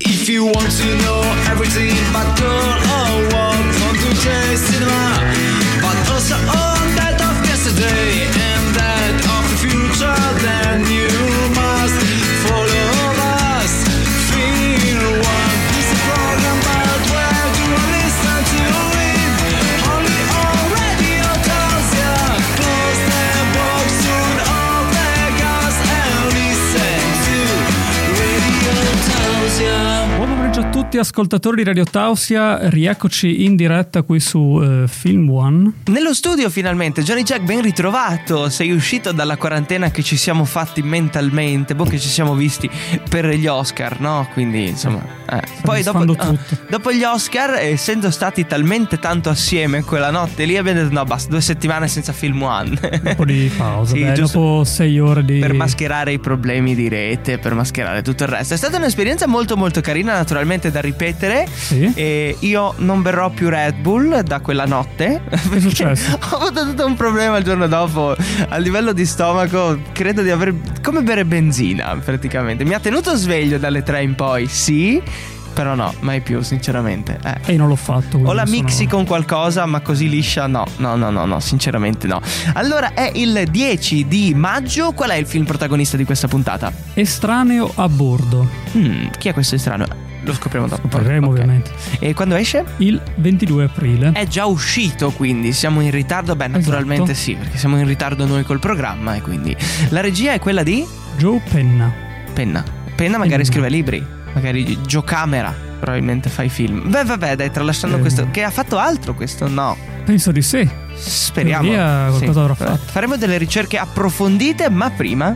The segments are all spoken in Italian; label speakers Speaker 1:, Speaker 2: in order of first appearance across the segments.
Speaker 1: If you want to know everything about girl or what, want to taste cinema, but also on that of yesterday and that of the future, then you must follow us. Feel one is a program, but where do I listen to it? Only on Radio Tausia. Close the box, turn off the gas and listen to Radio Tausia.
Speaker 2: Buon pomeriggio a tutti ascoltatori di Radio Tausia, rieccoci in diretta qui su Film One.
Speaker 3: Nello studio finalmente, Johnny Jack, ben ritrovato. Sei uscito dalla quarantena che ci siamo fatti mentalmente, che ci siamo visti per gli Oscar, no? Quindi insomma poi dopo gli Oscar, essendo stati talmente tanto assieme quella notte lì, abbiamo detto no basta, 2 settimane senza Film One.
Speaker 2: Un po' di pausa,
Speaker 3: sì,
Speaker 2: dopo 6 ore di...
Speaker 3: per mascherare i problemi di rete, per mascherare tutto il resto. È stata un'esperienza molto molto carina, naturalmente da ripetere.
Speaker 2: Sì.
Speaker 3: E io non berrò più Red Bull da quella notte.
Speaker 2: Che è successo?
Speaker 3: Ho avuto tutto un problema il giorno dopo a livello di stomaco. Credo di aver come bere benzina praticamente. Mi ha tenuto sveglio dalle 3 in poi, sì, però no, mai più sinceramente.
Speaker 2: E io non l'ho fatto.
Speaker 3: O la mixi con qualcosa, ma così liscia no, sinceramente no. Allora è il 10 di maggio. Qual è il film protagonista di questa puntata?
Speaker 2: Estraneo a bordo.
Speaker 3: Chi è questo estraneo? Lo scopriamo dopo.
Speaker 2: Scopriremo ovviamente.
Speaker 3: E quando esce?
Speaker 2: Il 22 aprile.
Speaker 3: È già uscito, quindi siamo in ritardo. Beh, naturalmente
Speaker 2: esatto.
Speaker 3: Sì, perché siamo in ritardo noi col programma. E quindi la regia è quella di?
Speaker 2: Joe Penna.
Speaker 3: Penna magari scrive libri. Magari Joe Camera probabilmente fa i film. Beh vabbè dai, tralasciando questo. Che ha fatto altro questo? No,
Speaker 2: penso di sì.
Speaker 3: speriamo.
Speaker 2: Qualcosa avrà fatto.
Speaker 3: Faremo delle ricerche approfondite, ma prima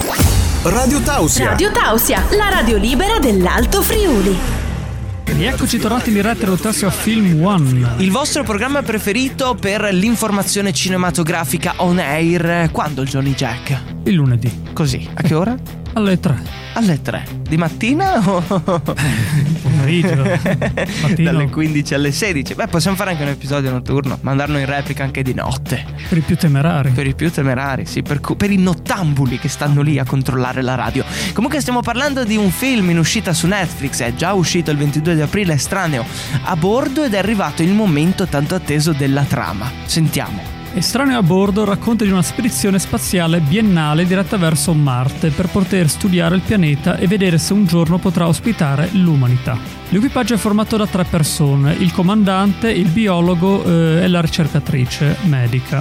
Speaker 4: Radio Tausia.
Speaker 5: Radio Tausia, la radio libera dell'Alto Friuli.
Speaker 2: Rieccoci tornati in diretta allo Tausia Film One,
Speaker 3: il vostro programma preferito per l'informazione cinematografica on air. Quando il Johnny Jack?
Speaker 2: il lunedì.
Speaker 3: Così, a che ora?
Speaker 2: Alle 3.
Speaker 3: Alle 3 di mattina o
Speaker 2: pomeriggio?
Speaker 3: Dalle 15 alle 16. Beh, possiamo fare anche un episodio notturno, mandarlo in replica anche di notte.
Speaker 2: Per i più temerari.
Speaker 3: Sì, per i nottambuli che stanno lì a controllare la radio. Comunque stiamo parlando di un film in uscita su Netflix. È già uscito il 22 di aprile, Estraneo a bordo, ed è arrivato il momento tanto atteso della trama. Sentiamo.
Speaker 2: Estraneo a bordo racconta di una spedizione spaziale biennale diretta verso Marte per poter studiare il pianeta e vedere se un giorno potrà ospitare l'umanità. L'equipaggio è formato da 3 persone: il comandante, il biologo e la ricercatrice medica.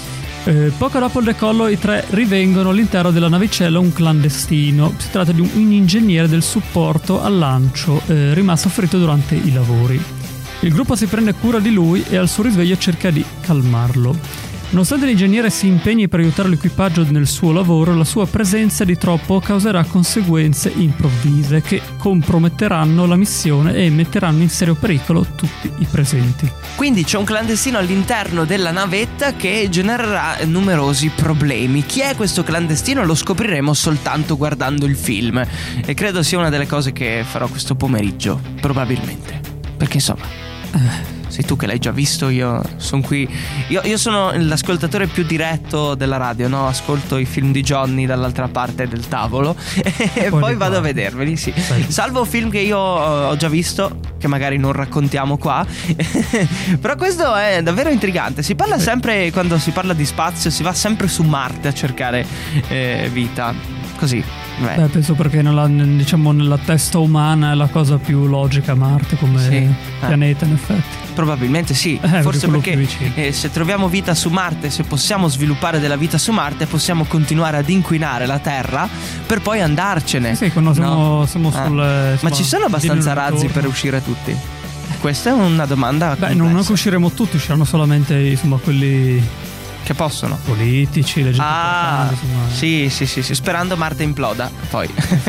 Speaker 2: Poco dopo il decollo i 3 rivengono all'interno della navicella un clandestino. Si tratta di un ingegnere del supporto al lancio rimasto ferito durante i lavori. Il gruppo si prende cura di lui e al suo risveglio cerca di calmarlo. Nonostante l'ingegnere si impegni per aiutare l'equipaggio nel suo lavoro, la sua presenza di troppo causerà conseguenze improvvise che comprometteranno la missione e metteranno in serio pericolo tutti i presenti.
Speaker 3: Quindi c'è un clandestino all'interno della navetta che genererà numerosi problemi. Chi è questo clandestino lo scopriremo soltanto guardando il film, e credo sia una delle cose che farò questo pomeriggio, probabilmente, perché insomma sei tu che l'hai già visto, io sono qui. Io sono l'ascoltatore più diretto della radio, no? Ascolto i film di Johnny dall'altra parte del tavolo e poi vado a vederveli, sì. Salvo film che io ho già visto, che magari non raccontiamo qua. Però questo è davvero intrigante. Si parla sempre, quando si parla di spazio, si va sempre su Marte a cercare vita. Così.
Speaker 2: Beh, penso perché nella testa umana è la cosa più logica Marte come pianeta, in effetti.
Speaker 3: Probabilmente sì, forse perché se troviamo vita su Marte, se possiamo sviluppare della vita su Marte, possiamo continuare ad inquinare la Terra per poi andarcene.
Speaker 2: Sì, quando siamo sul...
Speaker 3: Ma ci sono abbastanza razzi per uscire tutti? Questa è una domanda complessa.
Speaker 2: Non usciremo tutti, usciranno solamente insomma quelli
Speaker 3: che possono,
Speaker 2: politici, le gente
Speaker 3: sì, sperando Marte imploda poi.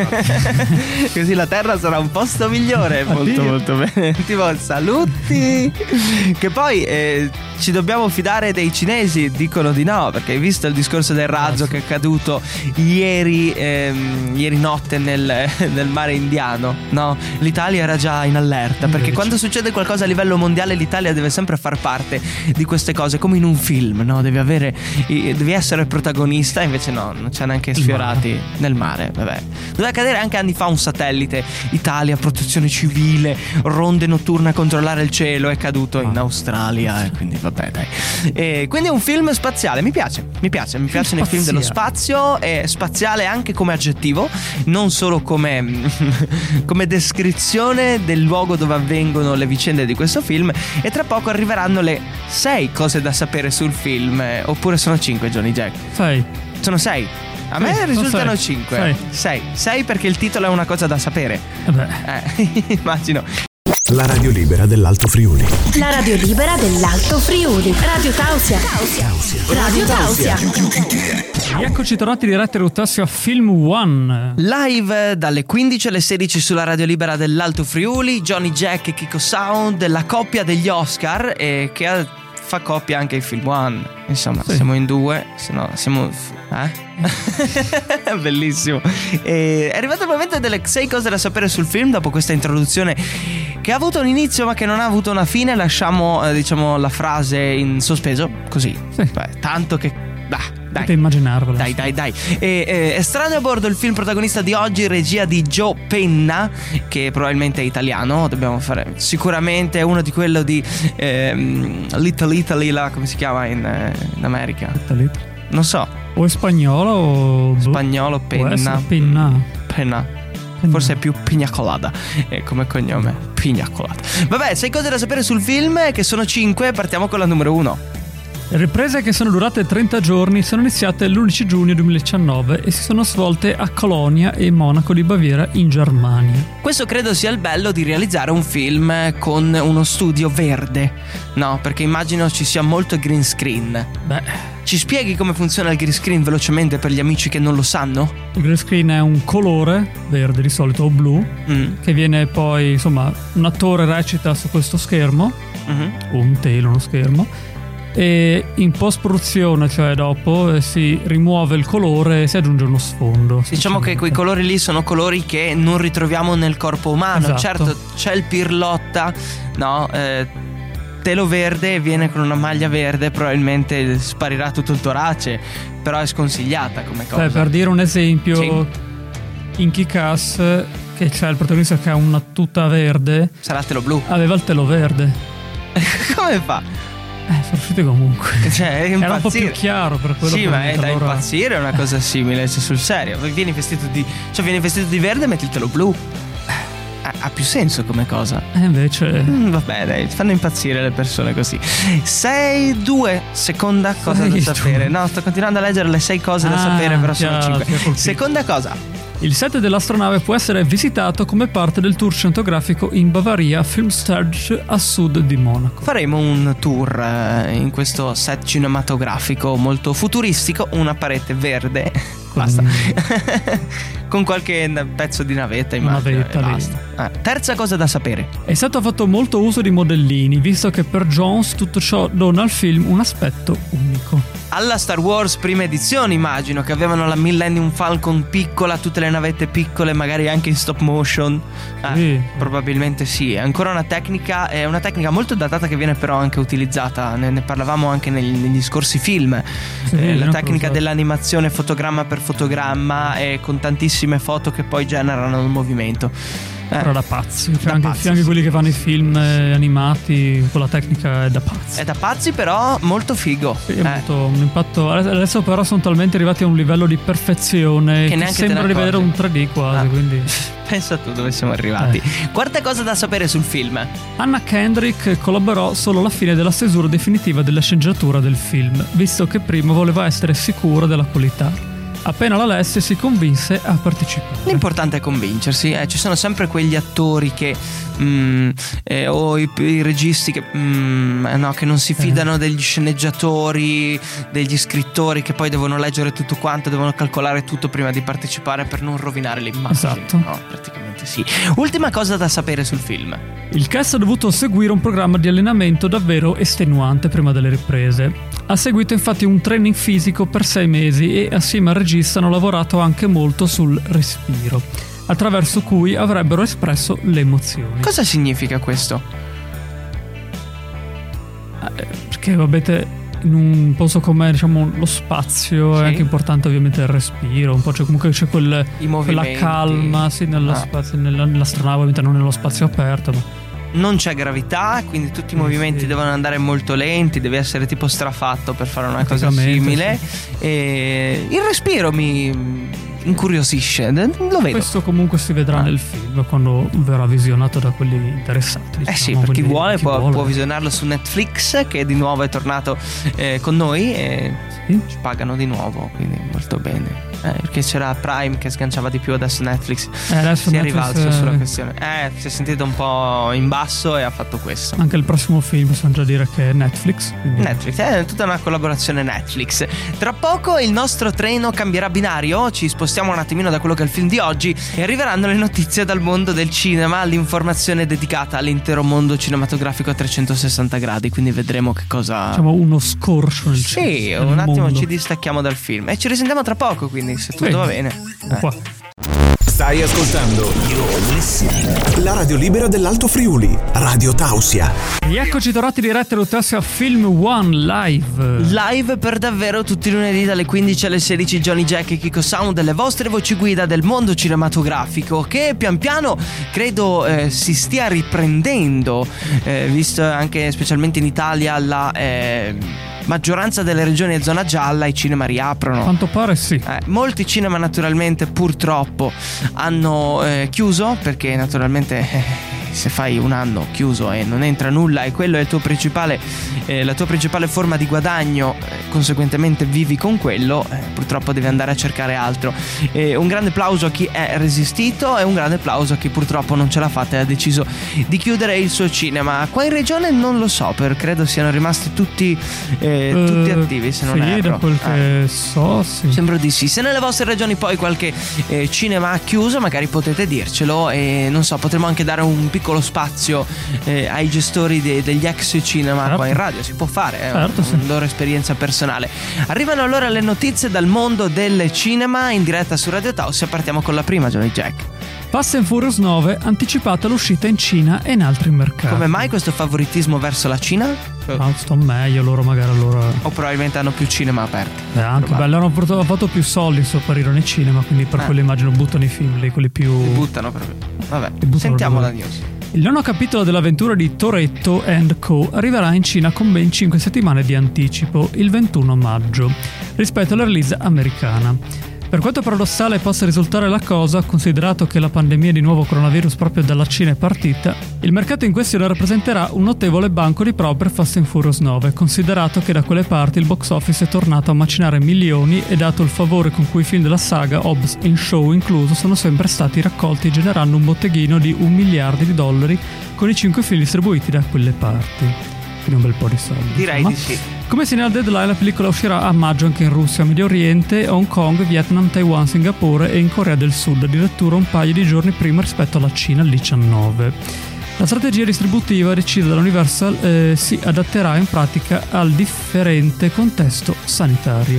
Speaker 3: Così la Terra sarà un posto migliore. Molto bene. Tipo saluti. Che poi ci dobbiamo fidare dei cinesi? Dicono di no, perché hai visto il discorso del razzo che è caduto ieri notte nel mare Indiano, no? L'Italia era già in allerta, perché quando succede qualcosa a livello mondiale l'Italia deve sempre far parte di queste cose, come in un film, no? Devi essere il protagonista, invece no, non c'è neanche sfiorati nel mare. Vabbè, doveva cadere anche anni fa un satellite, Italia, protezione civile, ronde notturne a controllare il cielo, è caduto in Australia, quindi vabbè, dai. Quindi è un film spaziale, mi piace nei film dello spazio, è spaziale anche come aggettivo, non solo come descrizione del luogo dove avvengono le vicende di questo film. E tra poco arriveranno le 6 cose da sapere sul film, oppure sono 5, Johnny Jack?
Speaker 2: 6.
Speaker 3: Sono 6. A me risultano 5. 6 perché il titolo è una cosa da sapere. Immagino.
Speaker 4: La radio libera dell'Alto Friuli.
Speaker 5: La radio libera dell'Alto Friuli. Radio Tausia. Radio Tausia.
Speaker 2: Eccoci tornati diretti a Ruttasio a Film One.
Speaker 3: Live dalle 15 alle 16 sulla radio libera dell'Alto Friuli. Johnny Jack e Kiko Sound, la coppia degli Oscar, e che fa coppia anche il Film One. Insomma, siamo in due, se no siamo... Bellissimo. È arrivato il momento delle 6 cose da sapere sul film. Dopo questa introduzione che ha avuto un inizio ma che non ha avuto una fine, lasciamo diciamo la frase in sospeso, così. Tanto che dai,
Speaker 2: potete immaginarvelo.
Speaker 3: Dai. Estraneo a bordo il film protagonista di oggi, regia di Joe Penna, che probabilmente è italiano. Dobbiamo fare sicuramente uno di quello di Little Italy, là, come si chiama in America? Non so.
Speaker 2: O è spagnolo o...
Speaker 3: Spagnolo, Penna. Penna. Forse è più Pina Colada come cognome. Pina Colada. Vabbè, 6 cose da sapere sul film, che sono 5. Partiamo con la numero 1.
Speaker 2: Le riprese, che sono durate 30 giorni, sono iniziate l'11 giugno 2019 e si sono svolte a Colonia e Monaco di Baviera in Germania.
Speaker 3: Questo credo sia il bello di realizzare un film con uno studio verde, no? Perché immagino ci sia molto green screen. Ci spieghi come funziona il green screen velocemente per gli amici che non lo sanno?
Speaker 2: Il green screen è un colore verde, di solito, o blu, che viene poi, insomma, un attore recita su questo schermo, o un telo, uno schermo, e in post-produzione, cioè dopo, si rimuove il colore e si aggiunge uno sfondo.
Speaker 3: Diciamo che quei colori lì sono colori che non ritroviamo nel corpo umano.
Speaker 2: Esatto.
Speaker 3: Certo, c'è il pirlotta, no? Telo verde, viene con una maglia verde, probabilmente sparirà tutto il torace, però è sconsigliata come cosa.
Speaker 2: Per dire un esempio, in Kick-Ass, che c'è il protagonista che ha una tuta verde,
Speaker 3: sarà telo blu.
Speaker 2: Aveva il telo verde.
Speaker 3: Come fa?
Speaker 2: Sono usciti comunque.
Speaker 3: Cioè,
Speaker 2: era un po' più chiaro per quello.
Speaker 3: Sì, ma è da impazzire, è una cosa simile, cioè, sul serio. Vieni vestito di verde e metti il telo blu. Ha più senso come cosa.
Speaker 2: Invece
Speaker 3: vabbè, dai, fanno impazzire le persone così. 6-2, seconda cosa da sapere. No, sto continuando a leggere le 6 cose da sapere, però sono 5. Seconda cosa:
Speaker 2: il set dell'astronave può essere visitato come parte del tour cinematografico in Bavaria, Filmstage, a sud di Monaco.
Speaker 3: Faremo un tour in questo set cinematografico molto futuristico, una parete verde, basta, con qualche pezzo di navetta, immagino, e basta. Terza cosa da sapere:
Speaker 2: è stato fatto molto uso di modellini, visto che per Jones tutto ciò dona al film un aspetto unico.
Speaker 3: Alla Star Wars prima edizione, immagino, che avevano la Millennium Falcon piccola, tutte le navette piccole, magari anche in stop motion.
Speaker 2: Sì.
Speaker 3: Probabilmente sì. È ancora una tecnica molto datata, che viene però anche utilizzata. Ne parlavamo anche negli scorsi film. La tecnica dell'animazione fotogramma per fotogramma, e con tantissime foto che poi generano un movimento.
Speaker 2: Però da pazzi, cioè anche quelli che fanno i film animati, quella tecnica è da pazzi.
Speaker 3: È da pazzi, però molto figo.
Speaker 2: Sì, è molto un impatto. Adesso però sono talmente arrivati a un livello di perfezione che sembra di vedere un 3D quasi, quindi
Speaker 3: pensa tu dove siamo arrivati. Quarta cosa da sapere sul film:
Speaker 2: Anna Kendrick collaborò solo alla fine della stesura definitiva della sceneggiatura del film, visto che prima voleva essere sicura della qualità. Appena la lesse si convinse a partecipare.
Speaker 3: L'importante è convincersi, ci sono sempre quegli attori che o i registi che che non si fidano degli sceneggiatori, degli scrittori, che poi devono leggere tutto quanto, devono calcolare tutto prima di partecipare per non rovinare l'immagine.
Speaker 2: Esatto.
Speaker 3: No, praticamente sì. Ultima cosa da sapere sul film.
Speaker 2: Il cast ha dovuto seguire un programma di allenamento davvero estenuante prima delle riprese. Ha seguito infatti un training fisico per 6 mesi e assieme al regista hanno lavorato anche molto sul respiro, attraverso cui avrebbero espresso le emozioni.
Speaker 3: Cosa significa questo?
Speaker 2: Perché vabbè, in un posto come lo spazio è anche importante ovviamente il respiro, un po', cioè comunque c'è quella calma nello spazio, nell'astronave, ovviamente non nello spazio aperto, ma
Speaker 3: non c'è gravità, quindi tutti i movimenti devono andare molto lenti, devi essere tipo strafatto per fare una cosa simile. E il respiro mi incuriosisce, lo vedo.
Speaker 2: Questo comunque si vedrà nel film quando verrà visionato da quelli interessati.
Speaker 3: Sì, per chi vuole può visionarlo su Netflix, che di nuovo è tornato con noi e ci pagano di nuovo, quindi molto bene. Perché c'era Prime che sganciava di più, adesso Netflix
Speaker 2: adesso
Speaker 3: si è rivalso sulla questione. Si è sentito un po' in basso e ha fatto questo.
Speaker 2: Anche il prossimo film possiamo già dire che è Netflix.
Speaker 3: Netflix, è tutta una collaborazione Netflix. Tra poco il nostro treno cambierà binario, ci spostiamo un attimino da quello che è il film di oggi e arriveranno le notizie dal mondo del cinema, l'informazione dedicata all'intero mondo cinematografico a 360 gradi, quindi vedremo che cosa...
Speaker 2: Facciamo uno scorcio nel
Speaker 3: Sì, un attimo ci distacchiamo dal film e ci risentiamo tra poco, quindi se tutto va bene.
Speaker 4: Stai ascoltando la radio libera dell'Alto Friuli, Radio Tausia.
Speaker 2: E eccoci tornati diretti a Tausia Film One live
Speaker 3: per davvero tutti i lunedì dalle 15 alle 16. Johnny Jack e Kiko Sound, le vostre voci guida del mondo cinematografico, che pian piano credo si stia riprendendo, visto anche specialmente in Italia la maggioranza delle regioni è zona gialla, i cinema riaprono.
Speaker 2: Quanto pare sì.
Speaker 3: Molti cinema naturalmente purtroppo hanno chiuso, perché naturalmente se fai un anno chiuso e non entra nulla e quello è il tuo principale, la tua principale forma di guadagno, conseguentemente vivi con quello, purtroppo devi andare a cercare altro. Un grande applauso a chi è resistito e un grande applauso a chi purtroppo non ce l'ha fatta e ha deciso di chiudere il suo cinema. Qua in regione non lo so, credo siano rimasti tutti attivi, se non erro.
Speaker 2: Da quel che so, sì.
Speaker 3: Sembra di sì. Se nelle vostre regioni poi qualche cinema ha chiuso, magari potete dircelo e non so, potremmo anche dare un piccolo spazio ai gestori degli ex cinema. Qua in radio si può fare, una loro esperienza personale. Arrivano allora le notizie dal mondo del cinema in diretta su Radio Tausia. Partiamo con la prima, Johnny Jack.
Speaker 2: Fast and Furious 9 anticipata l'uscita in Cina e in altri mercati.
Speaker 3: Come mai questo favoritismo verso la Cina?
Speaker 2: Sto meglio loro, magari
Speaker 3: o probabilmente hanno più cinema aperti.
Speaker 2: Anche bello, hanno fatto più soldi su apparire nei cinema, quindi per quello immagino buttano i film lì, quelli più...
Speaker 3: Li buttano proprio. Vabbè, sentiamo la news.
Speaker 2: Il nono capitolo dell'avventura di Toretto & Co. arriverà in Cina con ben 5 settimane di anticipo, il 21 maggio, rispetto alla release americana. Per quanto paradossale possa risultare la cosa, considerato che la pandemia di nuovo coronavirus proprio dalla Cina è partita, il mercato in questione rappresenterà un notevole banco di prova per Fast and Furious 9, considerato che da quelle parti il box office è tornato a macinare milioni e dato il favore con cui i film della saga, Hobbs & Shaw incluso, sono sempre stati raccolti generando un botteghino di $1 miliardo con i 5 film distribuiti da quelle parti. Quindi un bel po' di soldi.
Speaker 3: Direi di sì.
Speaker 2: Come segnala Deadline, la pellicola uscirà a maggio anche in Russia, Medio Oriente, Hong Kong, Vietnam, Taiwan, Singapore e in Corea del Sud, addirittura un paio di giorni prima rispetto alla Cina, il 19. La strategia distributiva decisa dall'Universal si adatterà in pratica al differente contesto sanitario.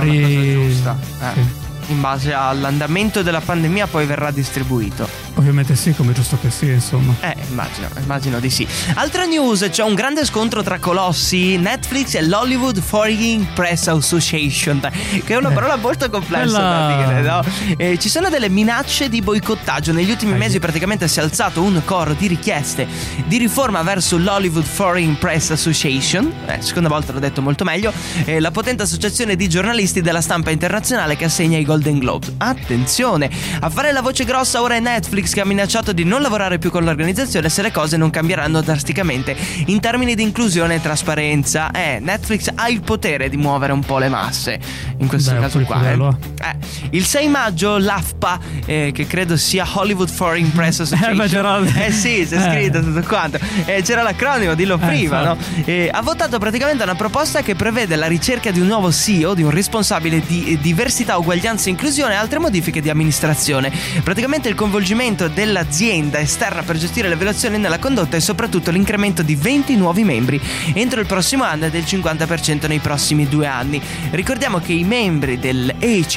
Speaker 3: In base all'andamento della pandemia poi verrà distribuito.
Speaker 2: Ovviamente sì, come giusto che sia, insomma.
Speaker 3: Immagino di sì. Altra news, c'è un grande scontro tra colossi, Netflix e l'Hollywood Foreign Press Association, che è una parola molto complessa da dire, no? Ci sono delle minacce di boicottaggio. Negli ultimi mesi praticamente si è alzato un coro di richieste di riforma verso l'Hollywood Foreign Press Association, seconda volta l'ho detto molto meglio, la potente associazione di giornalisti della stampa internazionale che assegna i Golden Golden Globes. Attenzione, a fare la voce grossa ora è Netflix, che ha minacciato di non lavorare più con l'organizzazione se le cose non cambieranno drasticamente in termini di inclusione e trasparenza. Netflix ha il potere di muovere un po' le masse in questo caso qua. Il 6 maggio l'AFPA, che credo sia Hollywood Foreign Press Association, sì, c'è scritto tutto quanto, c'era l'acronimo, dillo prima, no? Ha votato praticamente una proposta che prevede la ricerca di un nuovo CEO, di un responsabile di diversità, uguaglianza e inclusione e altre modifiche di amministrazione. Praticamente il coinvolgimento dell'azienda esterna per gestire le violazioni nella condotta e soprattutto l'incremento di 20 nuovi membri entro il prossimo anno e del 50% nei prossimi 2 anni. Ricordiamo che i membri del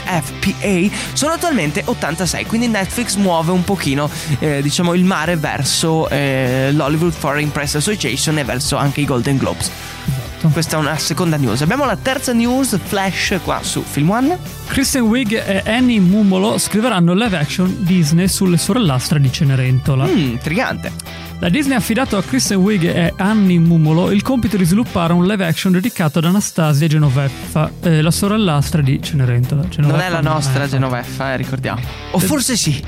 Speaker 3: HFPA sono attualmente 86, quindi Netflix muove un pochino diciamo il mare verso l'Hollywood Foreign Press Association e verso anche i Golden Globes. Questa è una seconda news. Abbiamo la terza news flash qua su Film One.
Speaker 2: Kristen Wiig e Annie Mumolo scriveranno live action Disney sulle sorellastre di Cenerentola.
Speaker 3: Intrigante.
Speaker 2: La Disney ha affidato a Kristen Wiig e Annie Mumolo il compito di sviluppare un live action dedicato ad Anastasia Genoveffa, la sorellastra di Cenerentola.
Speaker 3: Non è la nostra Genoveffa, ricordiamo. O forse sì.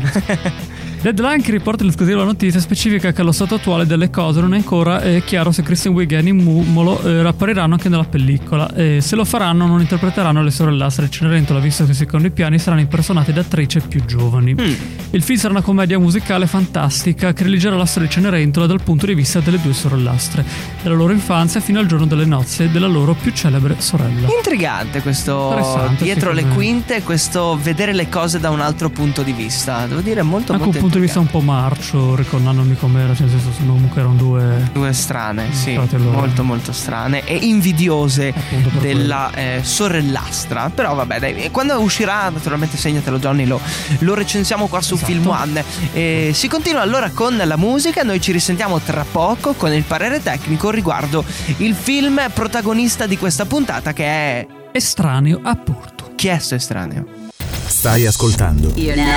Speaker 2: Deadline, che riporta l'esclusiva notizia, specifica che allo stato attuale delle cose non è ancora chiaro se Kristen Wiig e Annie Mumolo appariranno anche nella pellicola. Se lo faranno non interpreteranno le sorellastre di Cenerentola, visto che secondo i piani saranno impersonate da attrici più giovani. Il film sarà una commedia musicale fantastica che rileggerà la storia di Cenerentola dal punto di vista delle due sorellastre, dalla loro infanzia fino al giorno delle nozze della loro più celebre sorella.
Speaker 3: Intrigante questo dietro le quinte, questo vedere le cose da un altro punto di vista. Devo dire molto
Speaker 2: anche un punto di vista un po' marcio, ricordandomi com'era, cioè nel senso comunque erano due
Speaker 3: strane, sì, molto strane e invidiose della sorellastra. Però vabbè, dai, quando uscirà naturalmente segnatelo Johnny, lo recensiamo qua su Film One. Si continua allora con la musica, noi ci risentiamo tra poco con il parere tecnico riguardo il film protagonista di questa puntata, che è
Speaker 2: Estraneo a Porto.
Speaker 3: Chi è sto estraneo?
Speaker 4: Stai ascoltando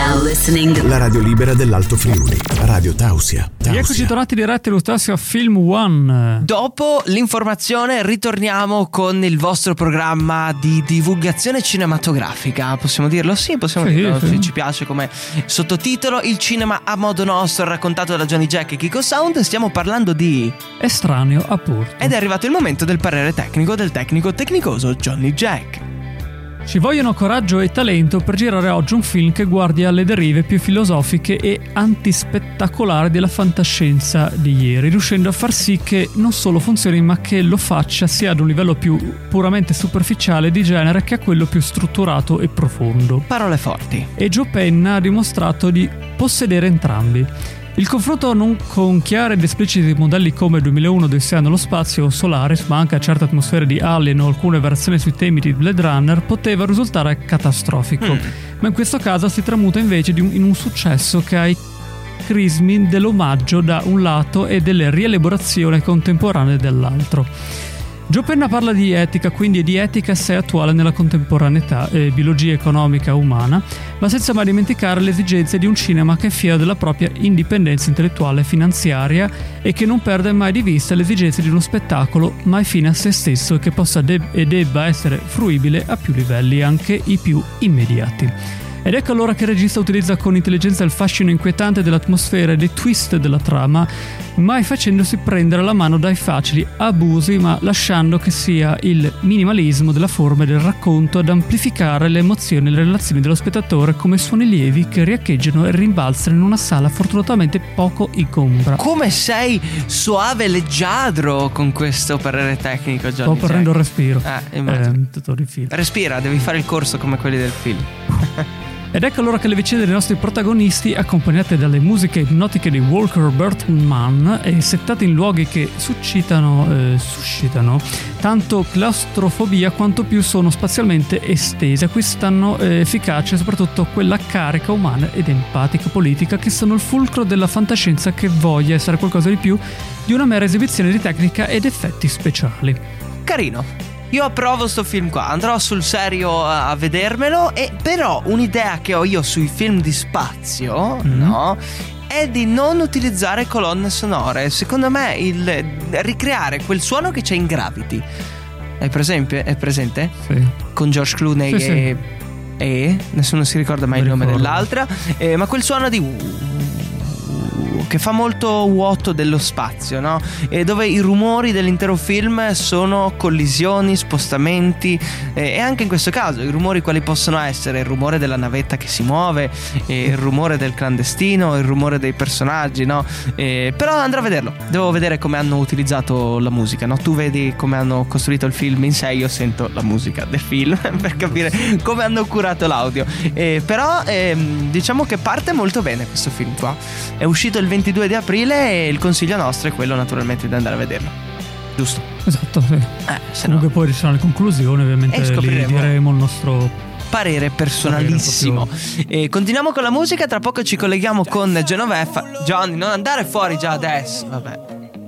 Speaker 4: la radio libera dell'Alto Friuli, Radio Tausia.
Speaker 2: Eccoci tornati diretti a Film One.
Speaker 3: Dopo l'informazione ritorniamo con il vostro programma di divulgazione cinematografica. Possiamo dirlo? Sì, possiamo dirlo.
Speaker 2: Sì.
Speaker 3: Ci piace come sottotitolo: il cinema a modo nostro, raccontato da Johnny Jack e Kiko Sound. Stiamo parlando di
Speaker 2: Estraneo a Porto.
Speaker 3: Ed è arrivato il momento del parere tecnico del tecnico tecnicoso Johnny Jack.
Speaker 2: Ci vogliono coraggio e talento per girare oggi un film che guardi alle derive più filosofiche e antispettacolari della fantascienza di ieri, riuscendo a far sì che non solo funzioni, ma che lo faccia sia ad un livello più puramente superficiale di genere che a quello più strutturato e profondo.
Speaker 3: Parole forti.
Speaker 2: E Joe Penna ha dimostrato di possedere entrambi. Il confronto non con chiari ed espliciti modelli come 2001 Odissea nello spazio o Solaris, ma anche a certe atmosfere di Alien o alcune variazioni sui temi di Blade Runner, poteva risultare catastrofico. Ma in questo caso si tramuta invece in un successo che ha i crismi dell'omaggio da un lato e delle rielaborazioni contemporanee dall'altro. Joe Penna parla di etica, quindi di etica assai attuale nella contemporaneità, biologia economica umana, ma senza mai dimenticare le esigenze di un cinema che è fiero della propria indipendenza intellettuale e finanziaria e che non perde mai di vista le esigenze di uno spettacolo mai fine a se stesso e che possa e debba essere fruibile a più livelli, anche i più immediati. Ed ecco allora che il regista utilizza con intelligenza il fascino inquietante dell'atmosfera e dei twist della trama, mai facendosi prendere la mano dai facili abusi, ma lasciando che sia il minimalismo della forma e del racconto ad amplificare le emozioni e le relazioni dello spettatore come suoni lievi che riecheggiano e rimbalzano in una sala fortunatamente poco ingombra.
Speaker 3: Come sei suave e leggiadro con questo parere tecnico, Johnny.
Speaker 2: Sto prendendo il respiro.
Speaker 3: Tutto di filo. Respira, devi fare il corso come quelli del film.
Speaker 2: Ed ecco allora che le vicende dei nostri protagonisti, accompagnate dalle musiche ipnotiche di Walker Bertman e settate in luoghi che suscitano tanto claustrofobia quanto più sono spazialmente estese, acquistano efficacia e soprattutto quella carica umana ed empatica politica che sono il fulcro della fantascienza che voglia essere qualcosa di più di una mera esibizione di tecnica ed effetti speciali.
Speaker 3: Carino. Io approvo sto film qua, andrò sul serio a vedermelo, e però un'idea che ho io sui film di spazio, no, è di non utilizzare colonne sonore. Secondo me il ricreare quel suono che c'è in Gravity. È presente?
Speaker 2: Sì.
Speaker 3: Con George Clooney
Speaker 2: sì.
Speaker 3: nessuno si ricorda mai il nome dell'altra, ma quel suono di che fa molto vuoto dello spazio, no? E dove i rumori dell'intero film sono collisioni, spostamenti, e anche in questo caso i rumori quali possono essere: il rumore della navetta che si muove, il rumore del clandestino, il rumore dei personaggi, no? Però andrò a vederlo, devo vedere come hanno utilizzato la musica, no? Tu vedi come hanno costruito il film in sé, io sento la musica del film per capire come hanno curato l'audio, però diciamo che parte molto bene questo film qua. È uscito il 22 di aprile e il consiglio nostro è quello naturalmente di andare a vederlo, giusto?
Speaker 2: Esatto, sì.
Speaker 3: Comunque
Speaker 2: poi ci sono le conclusioni, ovviamente lì diremo il nostro
Speaker 3: parere personalissimo. E continuiamo con la musica, tra poco ci colleghiamo con Genoveffa. Johnny, non andare fuori già adesso, vabbè.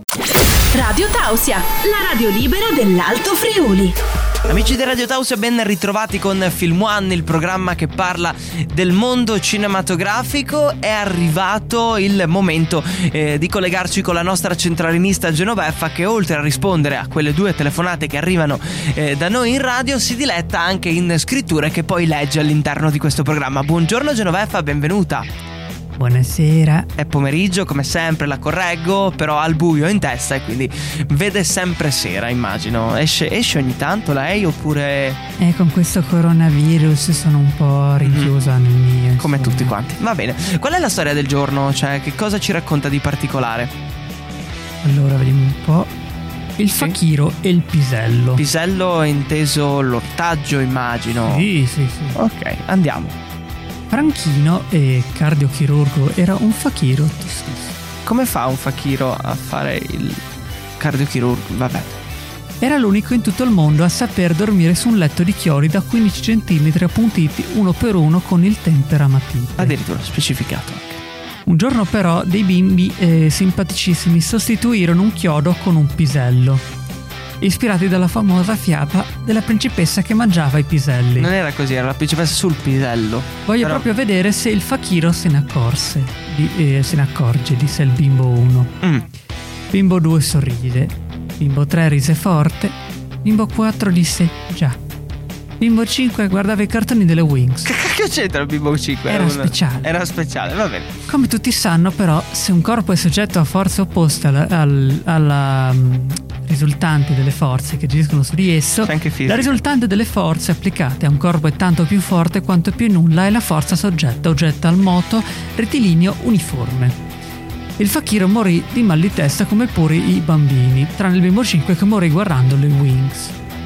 Speaker 5: Radio Tausia, la radio libera dell'Alto Friuli.
Speaker 3: Amici di Radio Tausia, ben ritrovati con Film One, il programma che parla del mondo cinematografico. È arrivato il momento di collegarci con la nostra centralinista Genoveffa, che oltre a rispondere a quelle 2 telefonate che arrivano da noi in radio, si diletta anche in scritture che poi legge all'interno di questo programma. Buongiorno Genoveffa, benvenuta.
Speaker 2: Buonasera.
Speaker 3: È pomeriggio, come sempre, la correggo, però ha il buio in testa e quindi vede sempre sera, immagino. Esce ogni tanto lei oppure...
Speaker 6: con questo coronavirus sono un po' rinchiusa nel mio.
Speaker 3: Come tutti quanti. Va bene. Qual è la storia del giorno? Cioè, che cosa ci racconta di particolare?
Speaker 6: Allora, vediamo un po'. Il fakiro e il pisello.
Speaker 3: Pisello inteso l'ortaggio, immagino.
Speaker 6: Sì.
Speaker 3: Ok, andiamo.
Speaker 6: Franchino, cardiochirurgo, era un fakiro tostissimo.
Speaker 3: Come fa un fakiro a fare il cardiochirurgo? Vabbè.
Speaker 6: Era l'unico in tutto il mondo a saper dormire su un letto di chiodi da 15 cm appuntiti uno per uno con il temperamatite.
Speaker 3: Addirittura specificato anche.
Speaker 6: Un giorno però dei bimbi simpaticissimi sostituirono un chiodo con un pisello, ispirati dalla famosa fiaba della principessa che mangiava i piselli.
Speaker 3: Non era così, era la principessa sul pisello.
Speaker 6: Voglio proprio vedere se il fakiro se ne accorge, disse il bimbo 1. Bimbo 2 sorrise, bimbo 3 rise forte, bimbo 4 disse già, bimbo 5 guardava i cartoni delle Wings.
Speaker 3: Che cacchio c'entra il bimbo 5? Era speciale, va bene.
Speaker 6: Come tutti sanno però, se un corpo è soggetto a forze opposte alla risultante delle forze che agiscono su di esso, la risultante delle forze applicate a un corpo è tanto più forte quanto più nulla è la forza soggetta al moto rettilineo uniforme. Il fakiro morì di mal di testa come pure i bambini, tranne il bimbo 5 che morì guardando le Wings.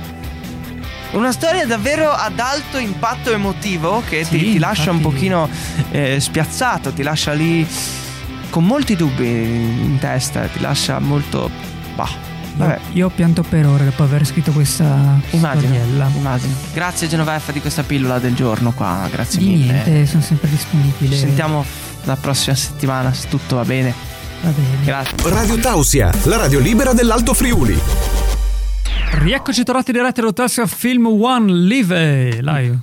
Speaker 3: Una storia davvero ad alto impatto emotivo che ti lascia un pochino spiazzato, ti lascia lì con molti dubbi in testa, ti lascia molto... Vabbè.
Speaker 6: Io ho pianto per ore dopo aver scritto questa storiella.
Speaker 3: Immagino. Grazie Genoveffa di questa pillola del giorno qua, grazie mille.
Speaker 6: Niente, sono sempre disponibile.
Speaker 3: Ci sentiamo la prossima settimana se tutto va bene.
Speaker 6: Va bene.
Speaker 3: Grazie.
Speaker 4: Radio Tausia, la radio libera dell'Alto Friuli.
Speaker 2: Rieccoci tornati diretti a Tausia Film One Live.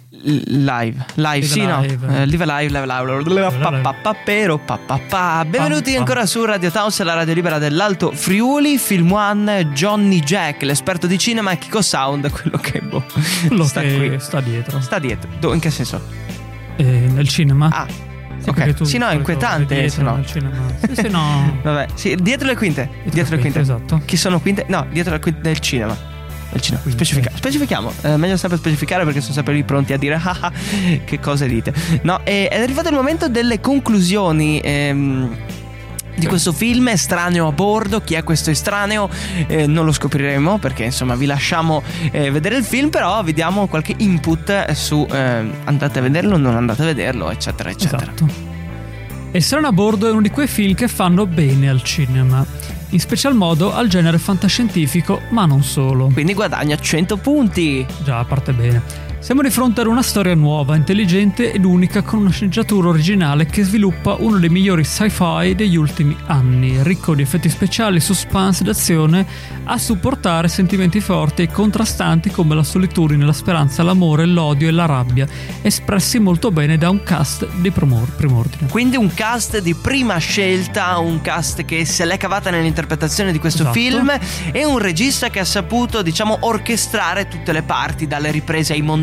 Speaker 3: Benvenuti ancora su Radio Tausia, la radio libera dell'Alto Friuli. Film One, Johnny Jack, l'esperto di cinema, e Kiko Sound, quello che
Speaker 2: sta dietro.
Speaker 3: Sta dietro. In che senso?
Speaker 2: Nel cinema.
Speaker 3: Ok, sì, no, è inquietante.
Speaker 2: Sì, no. No.
Speaker 3: Vabbè, sì, dietro le quinte.
Speaker 2: Esatto.
Speaker 3: Chi sono quinte? No, dietro le quinte del cinema. Specifichiamo. Meglio sempre specificare perché sono sempre lì pronti a dire che cosa dite. No, ed è arrivato il momento delle conclusioni di questo film. Estraneo a bordo. Chi è questo estraneo? Non lo scopriremo perché insomma vi lasciamo vedere il film, però vi diamo qualche input su andate a vederlo, non andate a vederlo, eccetera eccetera.
Speaker 2: Esatto. Estraneo a bordo è uno di quei film che fanno bene al cinema, in special modo al genere fantascientifico, ma non solo.
Speaker 3: Quindi guadagna 100 punti.
Speaker 2: Già, parte bene. Siamo di fronte ad una storia nuova, intelligente ed unica, con una sceneggiatura originale che sviluppa uno dei migliori sci-fi degli ultimi anni, ricco di effetti speciali, suspense ed azione, a supportare sentimenti forti e contrastanti come la solitudine, la speranza, l'amore, l'odio e la rabbia, espressi molto bene da un cast di primordine.
Speaker 3: Quindi un cast di prima scelta, un cast che se l'è cavata nell'interpretazione di questo film, e un regista che ha saputo, diciamo, orchestrare tutte le parti, dalle riprese ai montaggi,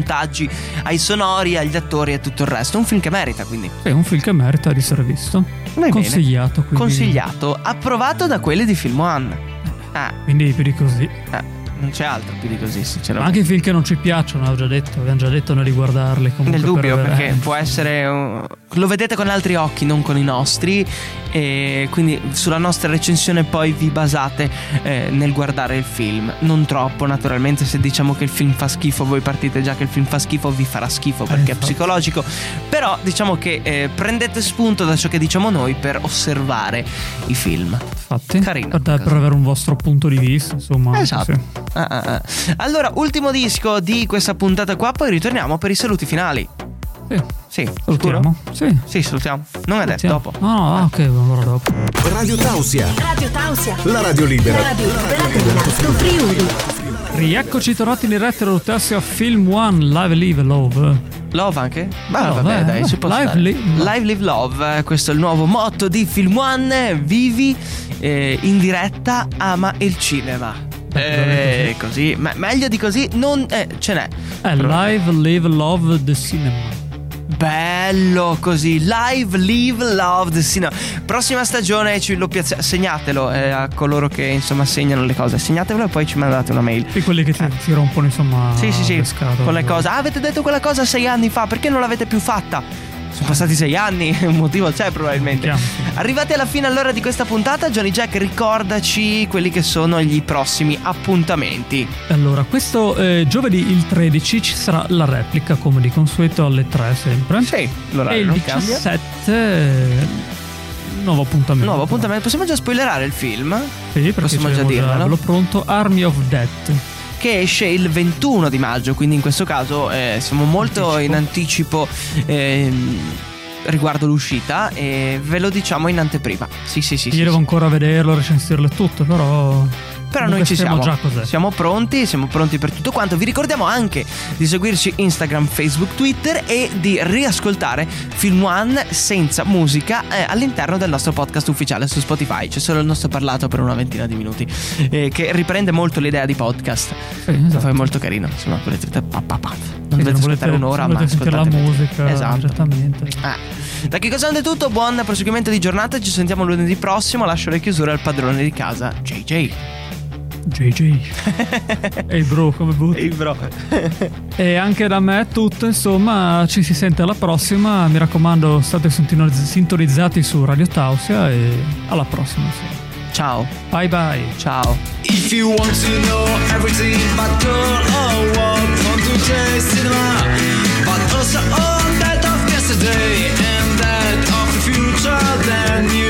Speaker 3: montaggi, ai sonori, agli attori e tutto il resto. Un film che merita, quindi.
Speaker 2: È un film che merita di essere visto. Consigliato, quindi.
Speaker 3: Consigliato, approvato da quelli di Film One.
Speaker 2: Quindi più di così.
Speaker 3: Non c'è altro più di così, sinceramente.
Speaker 2: Ma anche i film che non ci piacciono, abbiamo già detto noi di guardarli comunque.
Speaker 3: Nel dubbio, perché può essere lo vedete con altri occhi, non con i nostri, e quindi sulla nostra recensione poi vi basate nel guardare il film. Non troppo, naturalmente. Se diciamo che il film fa schifo, voi partite già che il film fa schifo, vi farà schifo perché è psicologico. Però diciamo che prendete spunto da ciò che diciamo noi per osservare i film.
Speaker 2: Infatti,
Speaker 3: carino,
Speaker 2: per avere un vostro punto di vista, insomma.
Speaker 3: Esatto.
Speaker 2: Sì.
Speaker 3: Allora, ultimo disco di questa puntata qua, poi ritorniamo per i saluti finali. Sì,
Speaker 2: salutiamo.
Speaker 3: Sì, salutiamo. Non adesso, dopo.
Speaker 2: No, ok, allora dopo.
Speaker 4: Radio Tausia.
Speaker 5: Radio Tausia.
Speaker 4: La radio libera.
Speaker 5: La radio libera dell'Alto Friuli.
Speaker 2: Rieccoci tornati in diretta da Tausia Film One, Live Live Love.
Speaker 3: Love anche? Vabbè, dai, si può stare. Live Live Love, questo è il nuovo motto di Film One. Vivi in diretta, ama il cinema. Così, ma meglio di così non ce n'è.
Speaker 2: Live Live Love the Cinema.
Speaker 3: Bello così, Live Live Love the Cinema. Prossima stagione segnatelo a coloro che insomma segnano le cose. Segnatevelo e poi ci mandate una mail.
Speaker 2: E quelli che ti rompono insomma.
Speaker 3: Sì, con le cose. Avete detto quella cosa 6 anni fa, perché non l'avete più fatta? Sono passati 6 anni, un motivo c'è probabilmente. Arrivati alla fine allora di questa puntata, Johnny Jack, ricordaci quelli che sono gli prossimi appuntamenti.
Speaker 2: Allora, questo giovedì il 13 ci sarà la replica, come di consueto, alle 3 sempre.
Speaker 3: Sì, l'orario
Speaker 2: e il 17 nuovo appuntamento.
Speaker 3: Possiamo già spoilerare il film?
Speaker 2: Sì, perché
Speaker 3: possiamo già dirlo
Speaker 2: pronto. Army of Death,
Speaker 3: che esce il 21 di maggio, quindi in questo caso siamo molto in anticipo riguardo l'uscita, e ve lo diciamo in anteprima. Sì.
Speaker 2: Io devo ancora vederlo, recensirlo tutto, però
Speaker 3: noi ci siamo.
Speaker 2: Già cos'è.
Speaker 3: Siamo pronti per tutto quanto. Vi ricordiamo anche di seguirci Instagram, Facebook, Twitter e di riascoltare Film One senza musica all'interno del nostro podcast ufficiale su Spotify. C'è solo il nostro parlato per una ventina di minuti, che riprende molto l'idea di podcast.
Speaker 2: Sì, esatto.
Speaker 3: È molto carino. Insomma, volete non dovete ascoltare un'ora, ma
Speaker 2: ascoltate la musica.
Speaker 3: Esatto.
Speaker 2: Direttamente.
Speaker 3: Da Che Cosa è tutto? Buon proseguimento di giornata. Ci sentiamo lunedì prossimo. Lascio le chiusure al padrone di casa, JJ.
Speaker 2: Ehi bro, come butti?
Speaker 3: Ehi bro.
Speaker 2: E anche da me è tutto, insomma, ci si sente alla prossima. Mi raccomando, state sintonizzati su Radio Tausia e alla prossima.
Speaker 3: Ciao.
Speaker 2: Bye bye.
Speaker 3: Ciao.
Speaker 1: If you want to know everything about girl or what, come to the cinema, but also on that of yesterday and that of the future, then you